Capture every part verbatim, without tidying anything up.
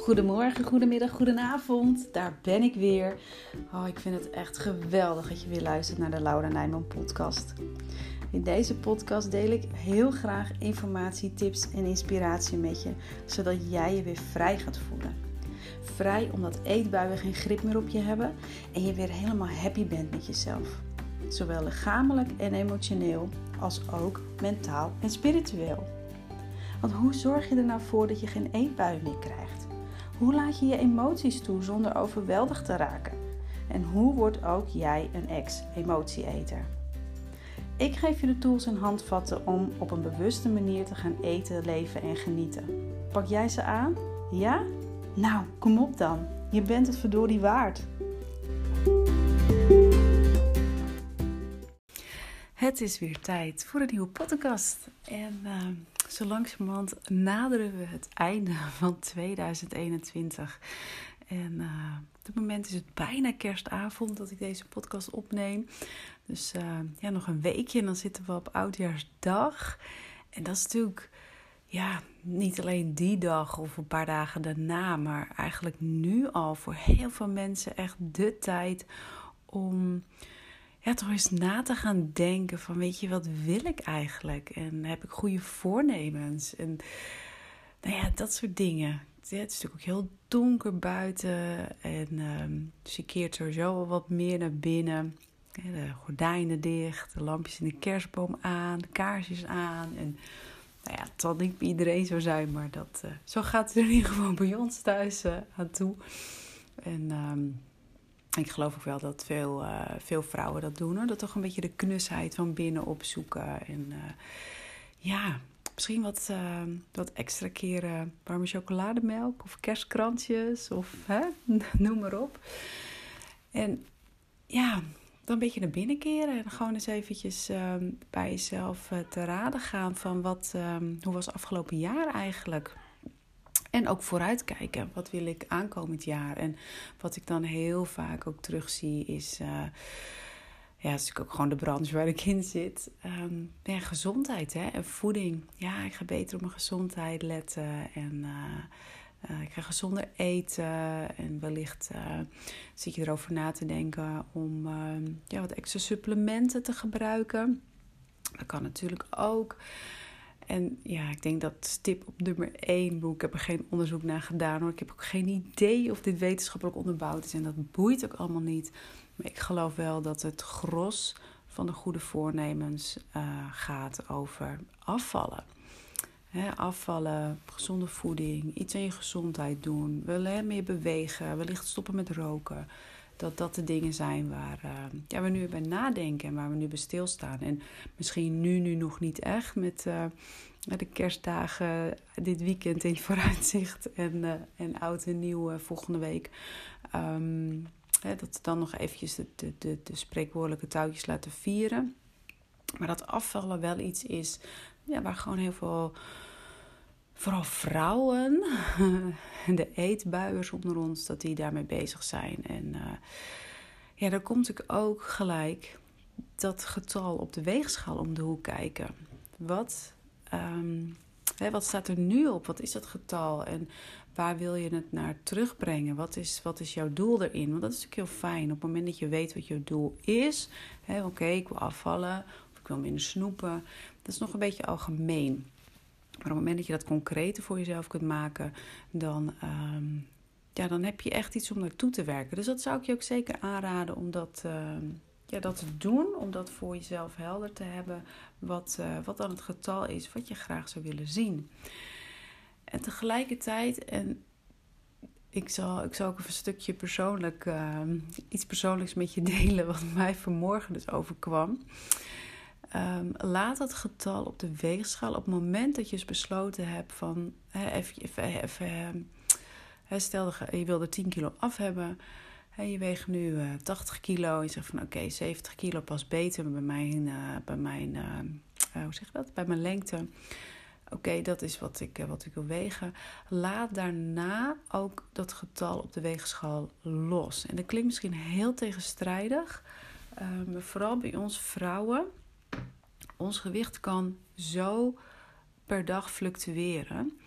Goedemorgen, goedemiddag, goedenavond. Daar ben ik weer. Oh, ik vind het echt geweldig dat je weer luistert naar de Laura Nijman podcast. In deze podcast deel ik heel graag informatie, tips en inspiratie met je, zodat jij je weer vrij gaat voelen. Vrij omdat eetbuien geen grip meer op je hebben en je weer helemaal happy bent met jezelf. Zowel lichamelijk en emotioneel als ook mentaal en spiritueel. Want hoe zorg je er nou voor dat je geen eetbuien meer krijgt? Hoe laat je je emoties toe zonder overweldigd te raken? En hoe wordt ook jij een ex-emotieeter? Ik geef je de tools en handvatten om op een bewuste manier te gaan eten, leven en genieten. Pak jij ze aan? Ja? Nou, kom op dan. Je bent het verdorie waard. Het is weer tijd voor een nieuwe podcast. En uh, zo langzamerhand naderen we het einde van tweeduizend eenentwintig. En uh, op dit moment is het bijna kerstavond dat ik deze podcast opneem. Dus uh, ja, nog een weekje en dan zitten we op Oudjaarsdag. En dat is natuurlijk ja, niet alleen die dag of een paar dagen daarna, maar eigenlijk nu al voor heel veel mensen echt de tijd om ja, toch eens na te gaan denken van, weet je, wat wil ik eigenlijk? En heb ik goede voornemens? En nou ja, dat soort dingen. Ja, het is natuurlijk ook heel donker buiten. En um, dus je keert sowieso wel wat meer naar binnen. Ja, de gordijnen dicht, de lampjes in de kerstboom aan, de kaarsjes aan. En nou ja, het zal niet bij iedereen zo zijn, maar dat, uh, zo gaat het er in ieder geval bij ons thuis uh, aan toe. En Um, Ik geloof ook wel dat veel, uh, veel vrouwen dat doen. Hoor. Dat toch een beetje de knusheid van binnen opzoeken. En uh, ja, misschien wat, uh, wat extra keren warme chocolademelk of kerstkrantjes of hè, noem maar op. En ja, dan een beetje naar binnen keren. En gewoon eens eventjes uh, bij jezelf uh, te raden gaan van wat, uh, hoe was het afgelopen jaar eigenlijk? En ook vooruitkijken. Wat wil ik aankomend jaar? En wat ik dan heel vaak ook terugzie is Uh, ja, het is natuurlijk ook gewoon de branche waar ik in zit. Um, ja, gezondheid hè? En voeding. Ja, ik ga beter op mijn gezondheid letten. En uh, uh, ik ga gezonder eten. En wellicht uh, zit je erover na te denken om uh, ja, wat extra supplementen te gebruiken. Dat kan natuurlijk ook. En ja, ik denk dat tip op nummer één, ik heb er geen onderzoek naar gedaan hoor. Ik heb ook geen idee of dit wetenschappelijk onderbouwd is. En dat boeit ook allemaal niet. Maar ik geloof wel dat het gros van de goede voornemens uh, gaat over afvallen. He, afvallen, gezonde voeding, iets aan je gezondheid doen. Willen meer bewegen, wellicht stoppen met roken. Dat dat de dingen zijn waar uh, ja, we nu bij nadenken en waar we nu bij stilstaan. En misschien nu, nu nog niet echt met uh, de kerstdagen dit weekend in vooruitzicht. En, uh, en oud en nieuw uh, volgende week. Um, hè, dat we dan nog eventjes de, de, de, de spreekwoordelijke touwtjes laten vieren. Maar dat afvallen wel iets is ja, waar gewoon heel veel, vooral vrouwen, de eetbuiers onder ons, dat die daarmee bezig zijn. En uh, ja, dan komt natuurlijk ook gelijk dat getal op de weegschaal om de hoek kijken. Wat, um, hè, wat staat er nu op? Wat is dat getal? En waar wil je het naar terugbrengen? Wat is, wat is jouw doel erin? Want dat is natuurlijk heel fijn. Op het moment dat je weet wat jouw doel is. Oké, okay, ik wil afvallen. Of ik wil minder snoepen. Dat is nog een beetje algemeen. Maar op het moment dat je dat concreter voor jezelf kunt maken, dan, um, ja, dan heb je echt iets om naartoe te werken. Dus dat zou ik je ook zeker aanraden om dat, uh, ja, dat te doen. Om dat voor jezelf helder te hebben. Wat, uh, wat dan het getal is wat je graag zou willen zien. En tegelijkertijd, en ik zal, ik zal ook even een stukje persoonlijk, uh, iets persoonlijks met je delen wat mij vanmorgen dus overkwam. Um, laat dat getal op de weegschaal op het moment dat je dus besloten hebt van He, even, even, even, he, stel je wil er tien kilo af hebben. He, je weegt nu uh, tachtig kilo. En je zegt van oké, okay, zeventig kilo past beter bij mijn, uh, bij mijn, uh, uh, hoe zeg je dat? Bij mijn lengte. Oké, okay, dat is wat ik, uh, wat ik wil wegen. Laat daarna ook dat getal op de weegschaal los. En dat klinkt misschien heel tegenstrijdig. Uh, maar vooral bij ons vrouwen. Ons gewicht kan zo per dag fluctueren.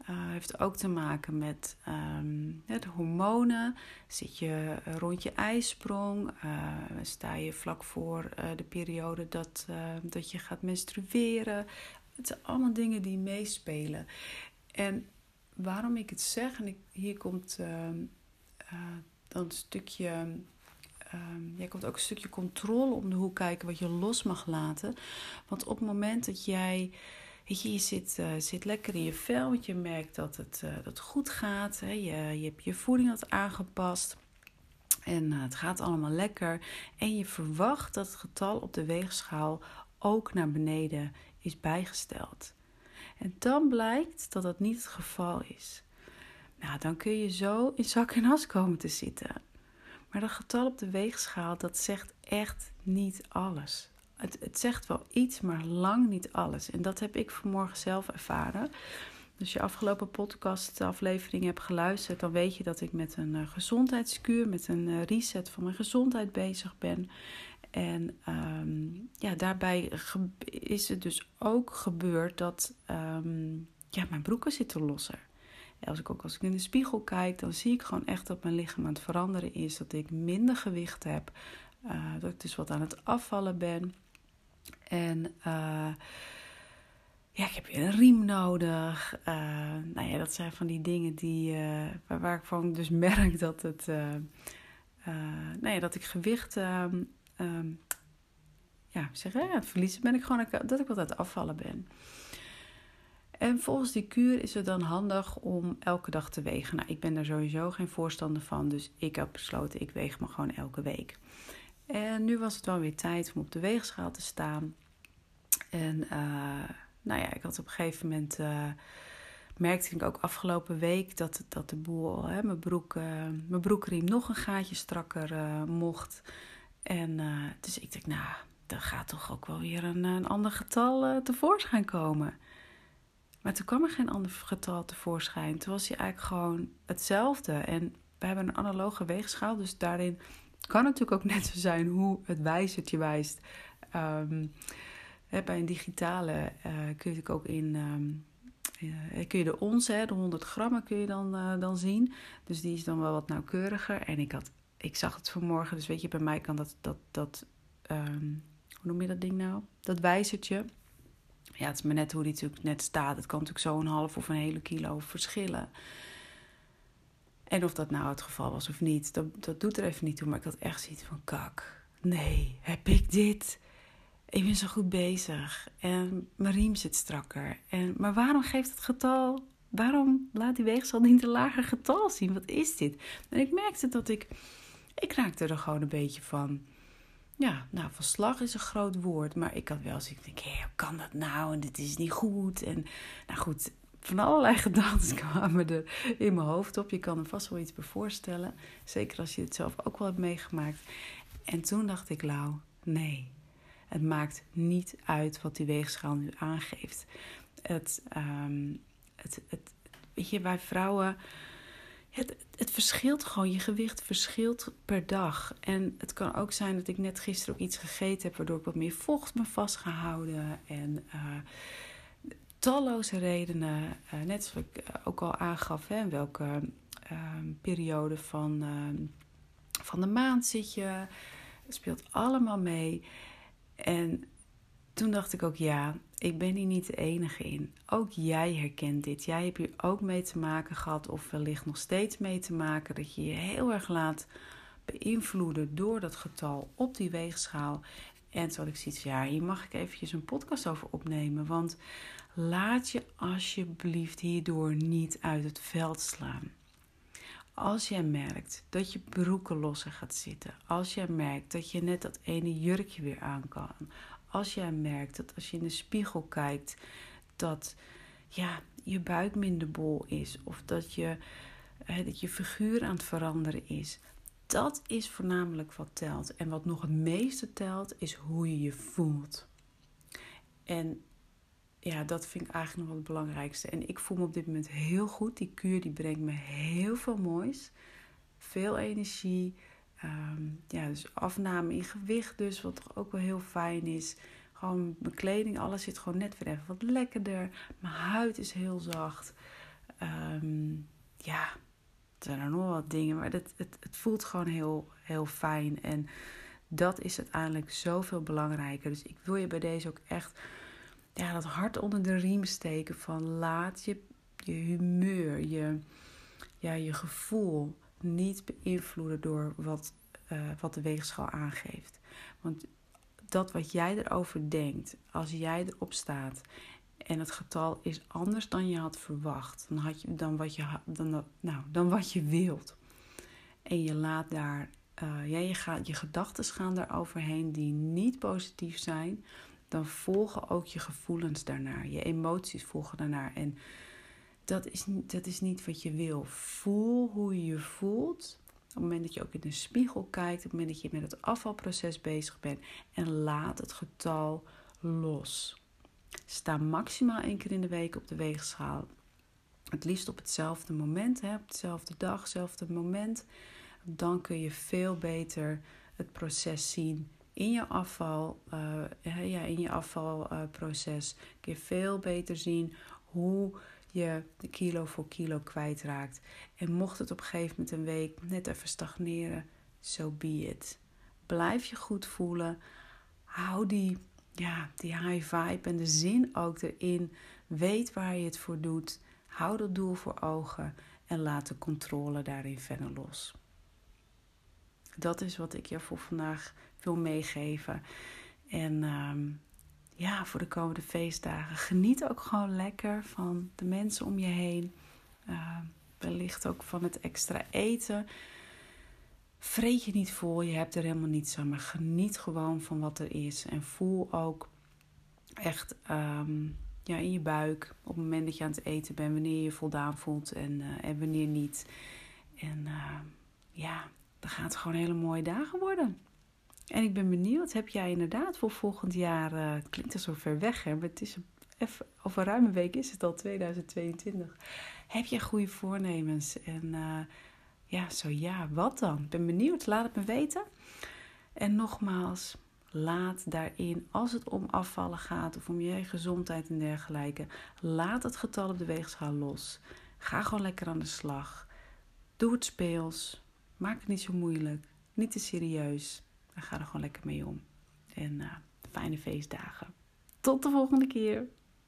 Uh, heeft ook te maken met um, ja, de hormonen. Zit je rond je ijsprong? Uh, sta je vlak voor uh, de periode dat, uh, dat je gaat menstrueren? Het zijn allemaal dingen die meespelen. En waarom ik het zeg, en ik, hier komt uh, uh, dan een stukje... Um, jij komt ook een stukje controle om de hoek kijken wat je los mag laten. Want op het moment dat jij... Weet je, je zit, uh, zit lekker in je vel, want je merkt dat het, uh, dat het goed gaat. Hè? Je, je hebt je voeding wat aangepast. En uh, het gaat allemaal lekker. En je verwacht dat het getal op de weegschaal ook naar beneden is bijgesteld. En dan blijkt dat dat niet het geval is. Nou, dan kun je zo in zak en as komen te zitten. Maar dat getal op de weegschaal, dat zegt echt niet alles. Het, het zegt wel iets, maar lang niet alles. En dat heb ik vanmorgen zelf ervaren. Als je afgelopen podcastaflevering hebt geluisterd, dan weet je dat ik met een uh, gezondheidskuur, met een uh, reset van mijn gezondheid bezig ben. En um, ja, daarbij ge- is het dus ook gebeurd dat um, ja, mijn broeken zitten losser. Als ik ook als ik in de spiegel kijk, dan zie ik gewoon echt dat mijn lichaam aan het veranderen is. Dat ik minder gewicht heb. Uh, dat ik dus wat aan het afvallen ben. En uh, ja, ik heb weer een riem nodig. Uh, nou ja, dat zijn van die dingen die, uh, waar, waar ik van dus merk dat het, uh, uh, nou ja, dat ik gewicht, uh, um, ja, zeg, ja, het verliezen ben ik gewoon, dat ik wat aan het afvallen ben. En volgens die kuur is het dan handig om elke dag te wegen. Nou, ik ben daar sowieso geen voorstander van, dus ik heb besloten, ik weeg me gewoon elke week. En nu was het wel weer tijd om op de weegschaal te staan. En uh, nou ja, ik had op een gegeven moment, uh, merkte ik ook afgelopen week dat, dat de boel, hè, mijn, broek, uh, mijn broekriem nog een gaatje strakker uh, mocht. En uh, dus ik dacht, nou, dan gaat toch ook wel weer een, een ander getal uh, tevoorschijn komen. Maar toen kwam er geen ander getal tevoorschijn. Toen was hij eigenlijk gewoon hetzelfde. En we hebben een analoge weegschaal. Dus daarin kan het natuurlijk ook net zo zijn hoe het wijzertje wijst. Um, bij een digitale uh, kun je ook in... Um, uh, kun je de ons, hè, de honderd grammen kun je dan, uh, dan zien. Dus die is dan wel wat nauwkeuriger. En ik, had, ik zag het vanmorgen. Dus weet je, bij mij kan dat... dat, dat um, hoe noem je dat ding nou? Dat wijzertje... Ja, het is maar net hoe die natuurlijk net staat. Het kan natuurlijk zo'n half of een hele kilo verschillen. En of dat nou het geval was of niet, dat, dat doet er even niet toe. Maar ik had echt zoiets van, kak, nee, heb ik dit? Ik ben zo goed bezig. En mijn riem zit strakker. En, maar waarom geeft het getal, waarom laat die weegschaal niet een lager getal zien? Wat is dit? En ik merkte dat ik, ik raakte er gewoon een beetje van... Ja, nou, van slag is een groot woord. Maar ik had wel eens, ik denk, hé, hoe kan dat nou? En dit is niet goed. En nou goed, van allerlei gedachten kwamen er in mijn hoofd op. Je kan er vast wel iets bij voorstellen. Zeker als je het zelf ook wel hebt meegemaakt. En toen dacht ik, Lau, nee. Het maakt niet uit wat die weegschaal nu aangeeft. Het, um, het, het, weet je, wij vrouwen... Het, het verschilt gewoon, je gewicht verschilt per dag. En het kan ook zijn dat ik net gisteren ook iets gegeten heb... waardoor ik wat meer vocht me vastgehouden. En uh, talloze redenen, uh, net zoals ik ook al aangaf... Hè, in welke uh, periode van, uh, van de maand zit je. Het speelt allemaal mee. En toen dacht ik ook, ja, ik ben hier niet de enige in. Ook jij herkent dit. Jij hebt hier ook mee te maken gehad, of wellicht nog steeds mee te maken... dat je je heel erg laat beïnvloeden door dat getal op die weegschaal. En toen had ik zoiets, ja, hier mag ik eventjes een podcast over opnemen. Want laat je alsjeblieft hierdoor niet uit het veld slaan. Als jij merkt dat je broeken losser gaat zitten. Als jij merkt dat je net dat ene jurkje weer aan kan... Als jij merkt dat als je in de spiegel kijkt, dat ja, je buik minder bol is. Of dat je, hè, dat je figuur aan het veranderen is. Dat is voornamelijk wat telt. En wat nog het meeste telt, is hoe je je voelt. En ja, dat vind ik eigenlijk nog wel het belangrijkste. En ik voel me op dit moment heel goed. Die kuur die brengt me heel veel moois. Veel energie. Um, ja, dus afname in gewicht dus, wat toch ook wel heel fijn is. Gewoon mijn kleding, alles zit gewoon net weer even wat lekkerder. Mijn huid is heel zacht. Um, ja, er zijn er nog wat dingen, maar het, het, het voelt gewoon heel, heel fijn. En dat is uiteindelijk zoveel belangrijker. Dus ik wil je bij deze ook echt ja, dat hart onder de riem steken van laat je, je humeur, je, ja, je gevoel niet beïnvloeden door wat, uh, wat de weegschaal aangeeft. Want dat wat jij erover denkt, als jij erop staat en het getal is anders dan je had verwacht, dan, had je, dan, wat, je, dan, nou, dan wat je wilt. En je laat daar, uh, ja, je, gaat, je gedachten gaan daar overheen die niet positief zijn, dan volgen ook je gevoelens daarnaar. Je emoties volgen daarnaar. En dat is, dat is niet wat je wil. Voel hoe je je voelt. Op het moment dat je ook in de spiegel kijkt. Op het moment dat je met het afvalproces bezig bent. En laat het getal los. Sta maximaal één keer in de week op de weegschaal. Het liefst op hetzelfde moment. Hè, op dezelfde dag, hetzelfde moment. Dan kun je veel beter het proces zien. In je afval, uh, ja, in je afvalproces uh, kun je veel beter zien hoe je de kilo voor kilo kwijtraakt. En mocht het op een gegeven moment een week net even stagneren, so be it. Blijf je goed voelen. Hou die, ja, die high vibe en de zin ook erin. Weet waar je het voor doet. Hou dat doel voor ogen en laat de controle daarin verder los. Dat is wat ik je voor vandaag wil meegeven. En um, ja, voor de komende feestdagen. Geniet ook gewoon lekker van de mensen om je heen. Uh, wellicht ook van het extra eten. Vreet je niet vol, je hebt er helemaal niets aan. Maar geniet gewoon van wat er is. En voel ook echt um, ja, in je buik. Op het moment dat je aan het eten bent. Wanneer je je voldaan voelt en, uh, en wanneer niet. En uh, ja... Dan gaan het gewoon hele mooie dagen worden. En ik ben benieuwd, heb jij inderdaad voor volgend jaar... Uh, het klinkt er zo ver weg, hè, maar het is even, over ruim een week is het al tweeduizend tweeëntwintig. Heb jij goede voornemens? En uh, ja, zo ja, wat dan? Ik ben benieuwd, laat het me weten. En nogmaals, laat daarin, als het om afvallen gaat... of om je gezondheid en dergelijke... laat het getal op de weegschaal los. Ga gewoon lekker aan de slag. Doe het speels. Maak het niet zo moeilijk. Niet te serieus. En ga er gewoon lekker mee om. En uh, fijne feestdagen. Tot de volgende keer.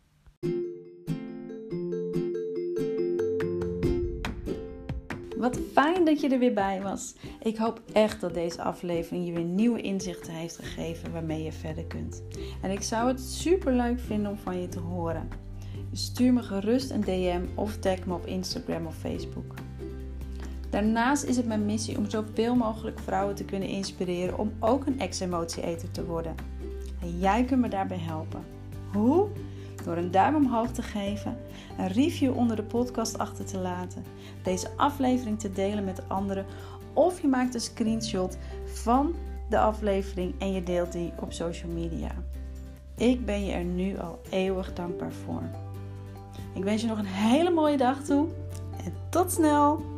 Wat fijn dat je er weer bij was. Ik hoop echt dat deze aflevering je weer nieuwe inzichten heeft gegeven waarmee je verder kunt. En ik zou het super leuk vinden om van je te horen. Stuur me gerust een D M of tag me op Instagram of Facebook. Daarnaast is het mijn missie om zoveel mogelijk vrouwen te kunnen inspireren om ook een ex-emotieeter te worden. En jij kunt me daarbij helpen. Hoe? Door een duim omhoog te geven, een review onder de podcast achter te laten, deze aflevering te delen met anderen of je maakt een screenshot van de aflevering en je deelt die op social media. Ik ben je er nu al eeuwig dankbaar voor. Ik wens je nog een hele mooie dag toe en tot snel!